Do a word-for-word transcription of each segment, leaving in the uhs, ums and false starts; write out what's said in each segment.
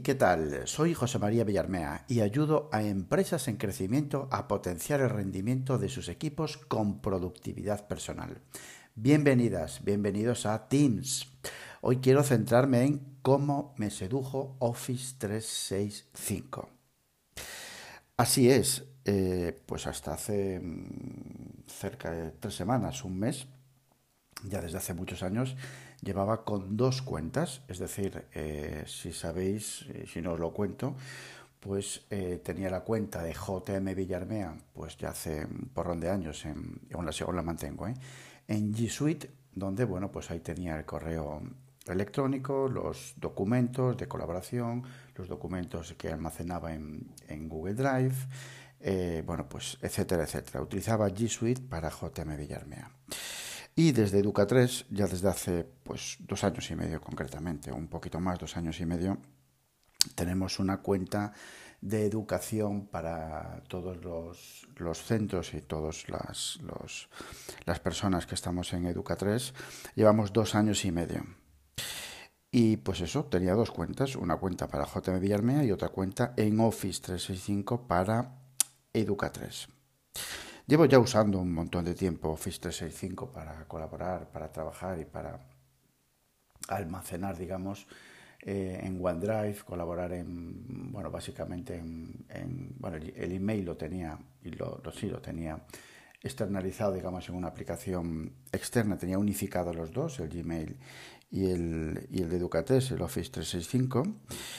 ¿qué tal? Soy José María Villarmea y ayudo a empresas en crecimiento a potenciar el rendimiento de sus equipos con productividad personal. Bienvenidas, bienvenidos a Teams. Hoy quiero centrarme en cómo me sedujo Office trescientos sesenta y cinco. Así es, eh, pues hasta hace mm, cerca de tres semanas, un mes, ya desde hace muchos años, llevaba con dos cuentas, es decir, eh, si sabéis, eh, si no os lo cuento, pues eh, tenía la cuenta de J M Villarmea, pues ya hace un porrón de años, en, aún, la, aún la mantengo, ¿eh? En G Suite, donde, bueno, pues ahí tenía el correo electrónico, los documentos de colaboración, los documentos que almacenaba en, en Google Drive, eh, bueno, pues etcétera, etcétera. Utilizaba G Suite para J M Villarmea. Y desde Educa tres, ya desde hace pues dos años y medio concretamente, un poquito más, dos años y medio, tenemos una cuenta de educación para todos los, los centros y todas las, los, las personas que estamos en Educa tres. Llevamos dos años y medio. Y pues eso, tenía dos cuentas, una cuenta para J M Villarmea y otra cuenta en Office trescientos sesenta y cinco para Educa tres. Llevo ya usando un montón de tiempo Office trescientos sesenta y cinco para colaborar, para trabajar y para almacenar, digamos, eh, en OneDrive, colaborar en, bueno, básicamente en, en bueno, el, el email lo tenía, y lo, lo sí lo tenía externalizado, digamos, en una aplicación externa, tenía unificado los dos, el Gmail y el, y el de Educa tres, el Office trescientos sesenta y cinco,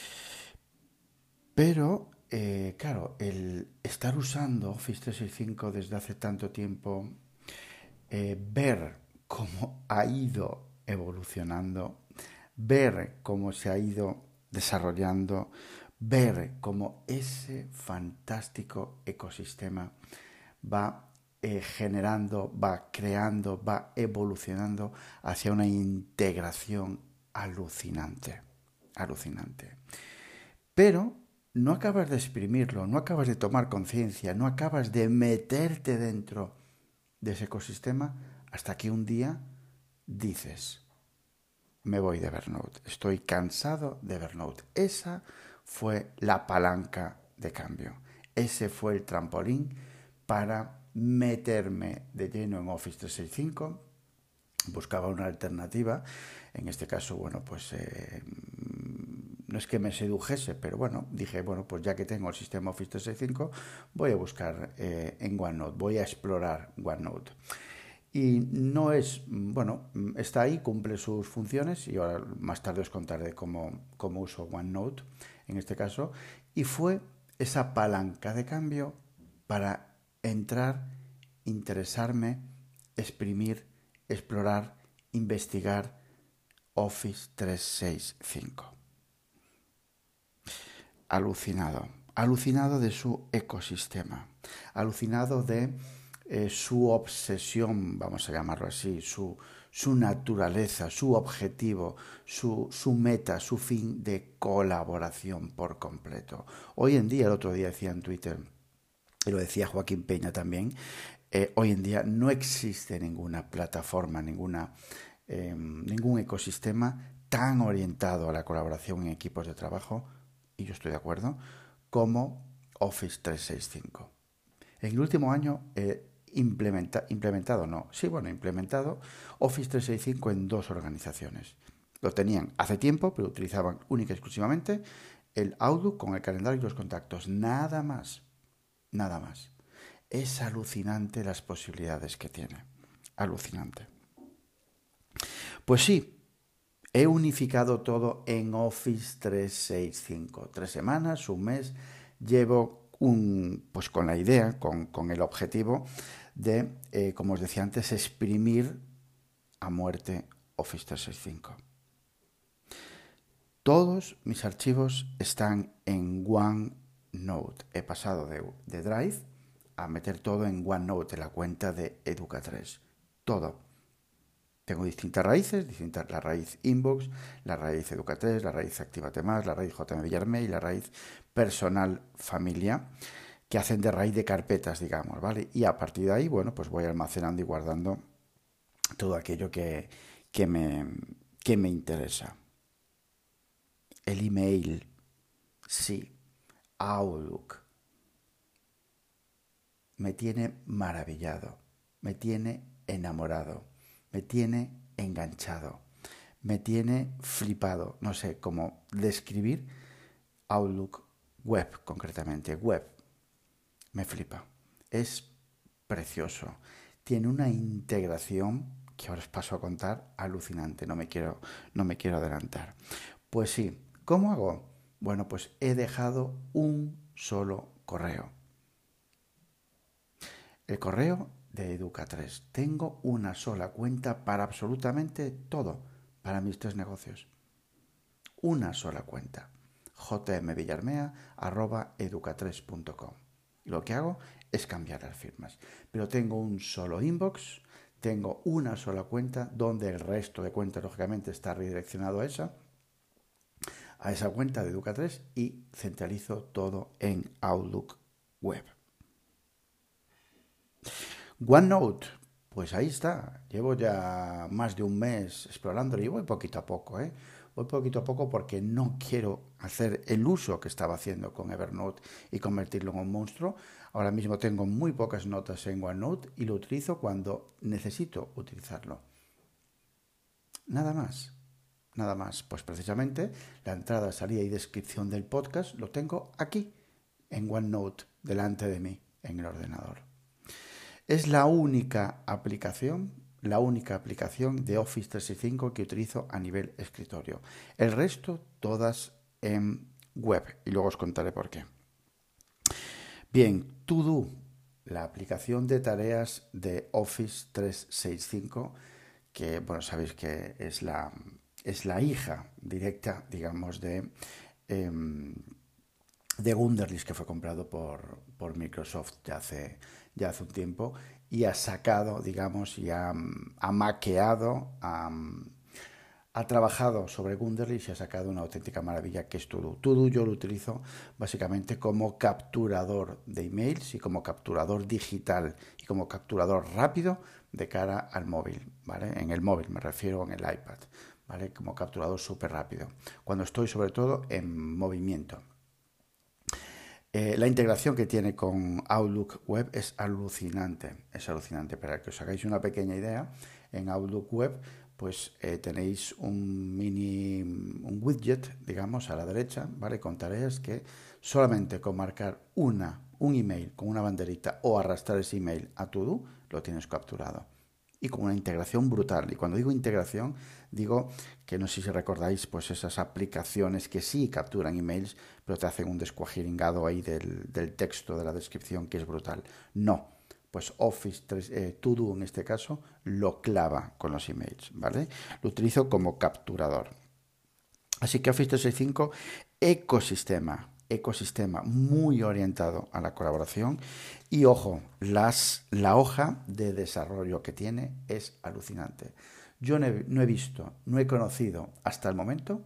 pero Eh, claro, el estar usando Office trescientos sesenta y cinco desde hace tanto tiempo, eh, ver cómo ha ido evolucionando, ver cómo se ha ido desarrollando, ver cómo ese fantástico ecosistema va eh, generando, va creando, va evolucionando hacia una integración alucinante, alucinante. Pero no acabas de exprimirlo, no acabas de tomar conciencia, no acabas de meterte dentro de ese ecosistema hasta que un día dices, me voy de Evernote, estoy cansado de Evernote. Esa fue la palanca de cambio, ese fue el trampolín para meterme de lleno en Office trescientos sesenta y cinco. Buscaba una alternativa, en este caso, bueno, pues eh, no es que me sedujese, pero bueno, dije, bueno, pues ya que tengo el sistema Office trescientos sesenta y cinco, voy a buscar eh, en OneNote, voy a explorar OneNote. Y no es, bueno, está ahí, cumple sus funciones y ahora más tarde os contaré cómo, cómo uso OneNote en este caso. Y fue esa palanca de cambio para entrar, interesarme, exprimir, explorar, investigar Office trescientos sesenta y cinco. Alucinado, alucinado de su ecosistema, alucinado de eh, su obsesión, vamos a llamarlo así, su, su naturaleza, su objetivo, su, su meta, su fin de colaboración por completo. Hoy en día, el otro día decía en Twitter, y lo decía Joaquín Peña también, eh, hoy en día no existe ninguna plataforma, ninguna, eh, ningún ecosistema tan orientado a la colaboración en equipos de trabajo, y yo estoy de acuerdo, como Office trescientos sesenta y cinco. En el último año he implementa, implementado, no, sí, bueno, implementado Office trescientos sesenta y cinco en dos organizaciones. Lo tenían hace tiempo, pero utilizaban única y exclusivamente el Outlook con el calendario y los contactos, nada más. Nada más. Es alucinante las posibilidades que tiene. Alucinante. Pues sí, he unificado todo en Office trescientos sesenta y cinco. Tres semanas, un mes, llevo un, pues con la idea, con, con el objetivo de, eh, como os decía antes, exprimir a muerte Office trescientos sesenta y cinco. Todos mis archivos están en OneNote. He pasado de, de Drive a meter todo en OneNote, en la cuenta de Educa tres. Todo. Tengo distintas raíces, distintas, la raíz Inbox, la raíz Educa tres, la raíz Actívate Más, la raíz J M Villarmea y la raíz Personal Familia, que hacen de raíz de carpetas, digamos, ¿vale? Y a partir de ahí, bueno, pues voy almacenando y guardando todo aquello que, que, me, que me interesa. El email, Sí, Outlook me tiene maravillado, me tiene enamorado, me tiene enganchado, me tiene flipado. No sé cómo describir Outlook web, concretamente web. Me flipa. Es precioso. Tiene una integración que ahora os paso a contar alucinante. No me quiero, no me quiero adelantar. Pues sí, ¿cómo hago? Bueno, pues he dejado un solo correo. El correo de Educa tres. Tengo una sola cuenta para absolutamente todo, para mis tres negocios. Una sola cuenta. jmvillarmea arroba educa tres punto com. Lo que hago es cambiar las firmas. Pero tengo un solo inbox, tengo una sola cuenta donde el resto de cuentas, lógicamente, está redireccionado a esa, a esa cuenta de Educa tres y centralizo todo en Outlook Web. OneNote, pues ahí está. Llevo ya más de un mes explorándolo y voy poquito a poco, ¿eh? Voy poquito a poco porque no quiero hacer el uso que estaba haciendo con Evernote y convertirlo en un monstruo. Ahora mismo tengo muy pocas notas en OneNote y lo utilizo cuando necesito utilizarlo. Nada más, nada más. Pues precisamente la entrada, salida y descripción del podcast lo tengo aquí, en OneNote, delante de mí, en el ordenador. Es la única aplicación, la única aplicación de Office trescientos sesenta y cinco que utilizo a nivel escritorio. El resto, todas en web. Y luego os contaré por qué. Bien, To-Do, la aplicación de tareas de Office trescientos sesenta y cinco, que, bueno, sabéis que es la, es la hija directa, digamos, de... Eh, de Wunderlist, que fue comprado por, por Microsoft ya hace, ya hace un tiempo y ha sacado, digamos, y ha, ha maqueado, ha, ha trabajado sobre Wunderlist y ha sacado una auténtica maravilla que es To-Do. To-Do yo lo utilizo básicamente como capturador de emails y como capturador digital y como capturador rápido de cara al móvil, ¿vale? En el móvil me refiero, en el iPad, ¿vale? Como capturador súper rápido. Cuando estoy sobre todo en movimiento. Eh, la integración que tiene con Outlook Web es alucinante, es alucinante. Para que os hagáis una pequeña idea, en Outlook Web pues eh, tenéis un mini, un widget, digamos, a la derecha, ¿vale? Con tareas que solamente con marcar una, un email con una banderita o arrastrar ese email a To-Do, lo tienes capturado. Y con una integración brutal. Y cuando digo integración, digo que no sé si recordáis pues esas aplicaciones que sí capturan emails, pero te hacen un descuajiringado ahí del, del texto, de la descripción, que es brutal. No, pues Office tres, eh, To-Do en este caso lo clava con los emails, ¿vale? Lo utilizo como capturador. Así que Office trescientos sesenta y cinco, ecosistema, ecosistema muy orientado a la colaboración y ojo, las, la hoja de desarrollo que tiene es alucinante. Yo no he, no he visto, no he conocido hasta el momento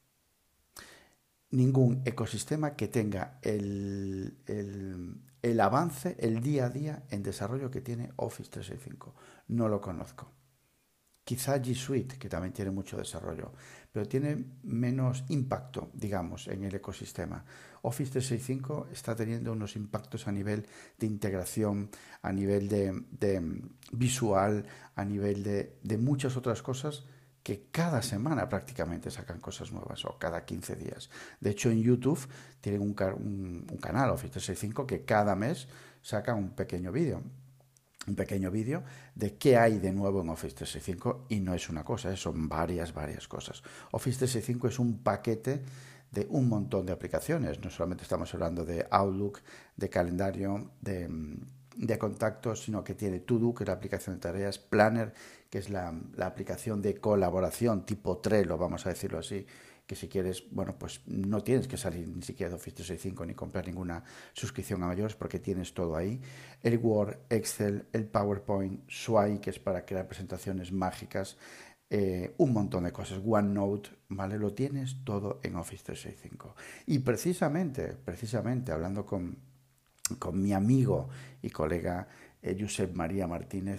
ningún ecosistema que tenga el, el, el avance, el día a día en desarrollo que tiene Office trescientos sesenta y cinco. No lo conozco. Quizá G Suite, que también tiene mucho desarrollo, pero tiene menos impacto, digamos, en el ecosistema. Office trescientos sesenta y cinco está teniendo unos impactos a nivel de integración, a nivel de, de visual, a nivel de, de muchas otras cosas que cada semana prácticamente sacan cosas nuevas o cada quince días. De hecho, en YouTube tienen un, un, un canal, Office trescientos sesenta y cinco, que cada mes saca un pequeño vídeo. un pequeño vídeo de qué hay de nuevo en Office trescientos sesenta y cinco y no es una cosa, ¿eh? Son varias, varias cosas. Office trescientos sesenta y cinco es un paquete de un montón de aplicaciones. No solamente estamos hablando de Outlook, de calendario, de, de contactos, sino que tiene To-Do, que es la aplicación de tareas, Planner, que es la, la aplicación de colaboración tipo Trello, vamos a decirlo así, que si quieres, bueno, pues no tienes que salir ni siquiera de Office trescientos sesenta y cinco ni comprar ninguna suscripción a mayores porque tienes todo ahí. El Word, Excel, el PowerPoint, Sway, que es para crear presentaciones mágicas, eh, un montón de cosas. OneNote, ¿vale? Lo tienes todo en Office trescientos sesenta y cinco. Y precisamente, precisamente, hablando con, con mi amigo y colega eh, Josep María Martínez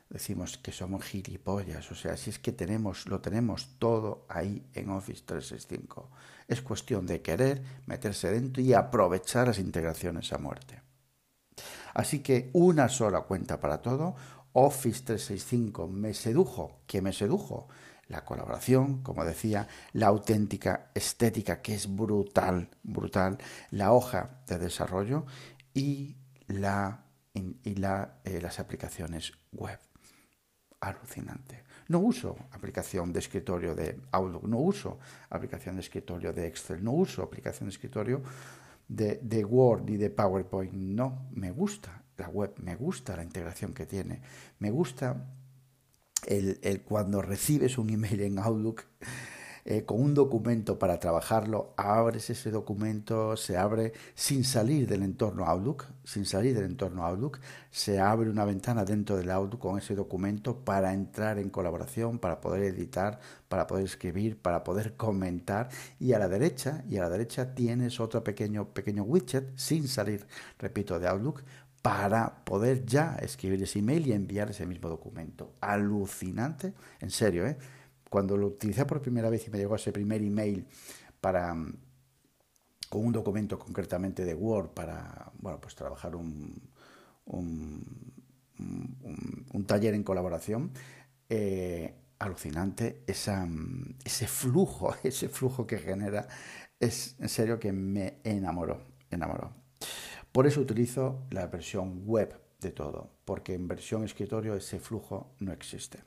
decimos que somos gilipollas. O sea, si es que tenemos, lo tenemos todo ahí en Office trescientos sesenta y cinco. Es cuestión de querer meterse dentro y aprovechar las integraciones a muerte. Así que una sola cuenta para todo. Office trescientos sesenta y cinco me sedujo. ¿Qué me sedujo? La colaboración, como decía, la auténtica estética, que es brutal, brutal, la hoja de desarrollo y, la, y la, eh, las aplicaciones web. Alucinante. No uso aplicación de escritorio de Outlook, no uso aplicación de escritorio de Excel, no uso aplicación de escritorio de, de Word y de PowerPoint. No, me gusta la web, me gusta la integración que tiene, me gusta el, el cuando recibes un email en Outlook eh, con un documento para trabajarlo, abres ese documento, se abre sin salir del entorno Outlook, sin salir del entorno Outlook, se abre una ventana dentro del Outlook con ese documento para entrar en colaboración, para poder editar, para poder escribir, para poder comentar, y a la derecha, y a la derecha tienes otro pequeño, pequeño widget sin salir, repito, de Outlook, para poder ya escribir ese email y enviar ese mismo documento. Alucinante, en serio, ¿eh? Cuando lo utilicé por primera vez y me llegó ese primer email para, con un documento concretamente de Word para, bueno, pues trabajar un, un, un, un taller en colaboración, eh, alucinante, esa, ese flujo, ese flujo que genera, es en serio que me enamoró, enamoró. Por eso utilizo la versión web de todo, porque en versión escritorio ese flujo no existe.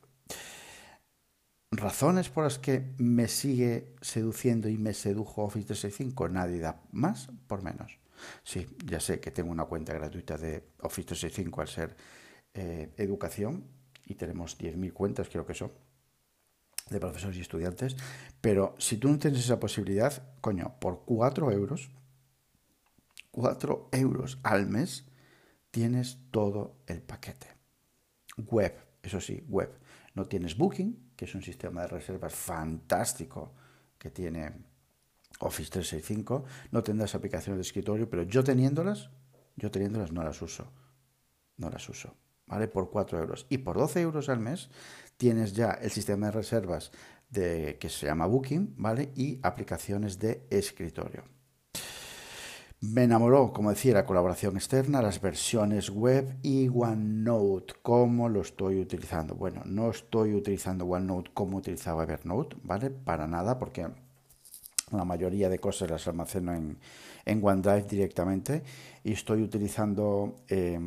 Razones por las que me sigue seduciendo y me sedujo Office trescientos sesenta y cinco, nadie da más por menos. Sí, ya sé que tengo una cuenta gratuita de Office trescientos sesenta y cinco al ser eh, educación, y tenemos diez mil cuentas, creo que son, de profesores y estudiantes, pero si tú no tienes esa posibilidad, coño, por cuatro euros, cuatro euros al mes, tienes todo el paquete. Web, eso sí, web. No tienes Booking, que es un sistema de reservas fantástico que tiene Office trescientos sesenta y cinco. No tendrás aplicaciones de escritorio, pero yo teniéndolas, yo teniéndolas no las uso. No las uso, ¿vale? Por cuatro euros. Y por doce euros al mes tienes ya el sistema de reservas de, que se llama Booking, ¿vale? Y aplicaciones de escritorio. Me enamoró, como decía, la colaboración externa, las versiones web y OneNote, cómo lo estoy utilizando. Bueno, no estoy utilizando OneNote como utilizaba Evernote, ¿vale? Para nada, porque la mayoría de cosas las almaceno en, en OneDrive directamente, y estoy utilizando eh,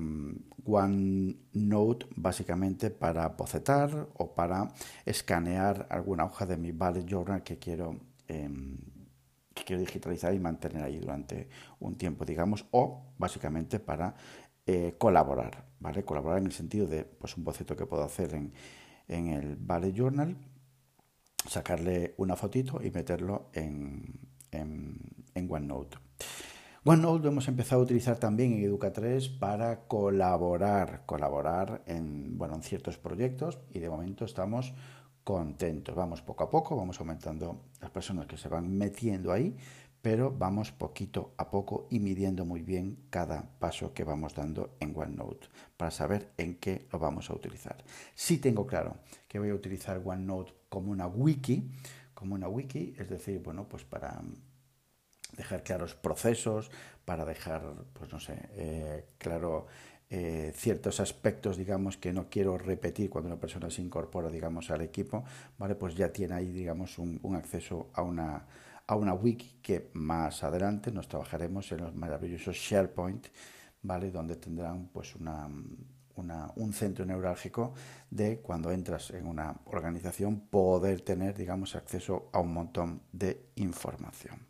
OneNote básicamente para bocetar o para escanear alguna hoja de mi bullet journal que quiero... Eh, que quiero digitalizar y mantener ahí durante un tiempo, digamos, o básicamente para eh, colaborar, ¿vale? Colaborar en el sentido de, pues, un boceto que puedo hacer en, en el bullet journal, sacarle una fotito y meterlo en, en, en OneNote. OneNote lo hemos empezado a utilizar también en Educa tres para colaborar, colaborar en, bueno, en ciertos proyectos, y de momento estamos contentos. Vamos poco a poco, vamos aumentando las personas que se van metiendo ahí, pero vamos poquito a poco y midiendo muy bien cada paso que vamos dando en OneNote para saber en qué lo vamos a utilizar. Sí tengo claro que voy a utilizar OneNote como una wiki, como una wiki, es decir, bueno, pues para dejar claros procesos, para dejar, pues no sé, eh, claro, eh, ciertos aspectos, digamos, que no quiero repetir cuando una persona se incorpora, digamos, al equipo, ¿vale? Pues ya tiene ahí, digamos, un, un acceso a una, a una wiki que más adelante nos trabajaremos en los maravillosos SharePoint, ¿vale? Donde tendrán, pues, una... Una, un centro neurálgico de cuando entras en una organización poder tener, digamos, acceso a un montón de información.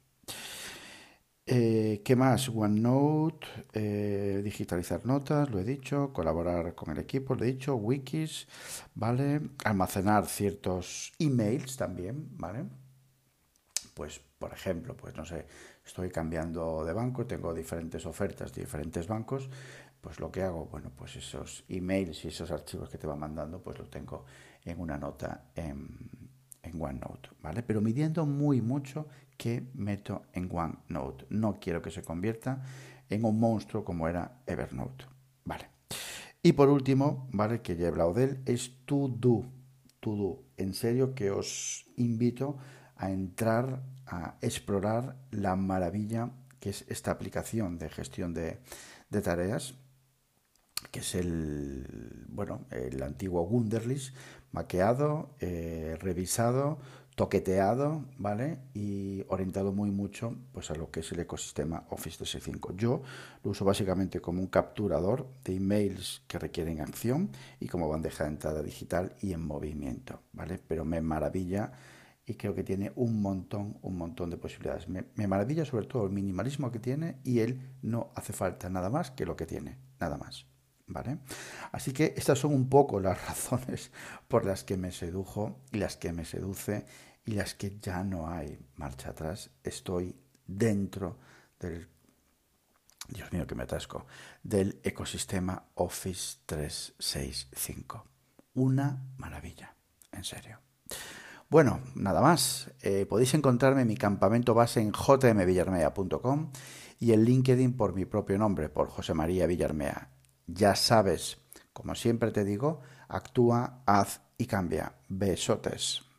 Eh, ¿Qué más? OneNote, eh, digitalizar notas, lo he dicho, colaborar con el equipo, lo he dicho, wikis, ¿vale? Almacenar ciertos emails también, ¿vale? Pues, por ejemplo, pues no sé, estoy cambiando de banco, tengo diferentes ofertas de diferentes bancos, pues lo que hago, bueno, pues esos emails y esos archivos que te van mandando, pues los tengo en una nota en, en OneNote, ¿vale? Pero midiendo muy mucho que meto en OneNote. No quiero que se convierta en un monstruo como era Evernote, ¿vale? Y por último, ¿vale? Que ya he hablado de él, es To-Do. To-Do. En serio que os invito a entrar a explorar la maravilla que es esta aplicación de gestión de, de tareas, que es el, bueno, el antiguo Wunderlist, maqueado, eh, revisado, toqueteado, ¿vale? Y orientado muy mucho pues, a lo que es el ecosistema Office trescientos sesenta y cinco. Yo lo uso básicamente como un capturador de emails que requieren acción y como bandeja de entrada digital y en movimiento, ¿vale? Pero me maravilla y creo que tiene un montón, un montón de posibilidades. Me, me maravilla sobre todo el minimalismo que tiene y él no hace falta nada más que lo que tiene, nada más. ¿Vale? Así que estas son un poco las razones por las que me sedujo y las que me seduce y las que ya no hay marcha atrás. Estoy dentro del, Dios mío que me atasco, del ecosistema Office trescientos sesenta y cinco. Una maravilla, en serio. Bueno, nada más. Eh, podéis encontrarme en mi campamento base en j m villarmea punto com y en LinkedIn por mi propio nombre, por José María Villarmea. Ya sabes, como siempre te digo, actúa, haz y cambia. Besotes.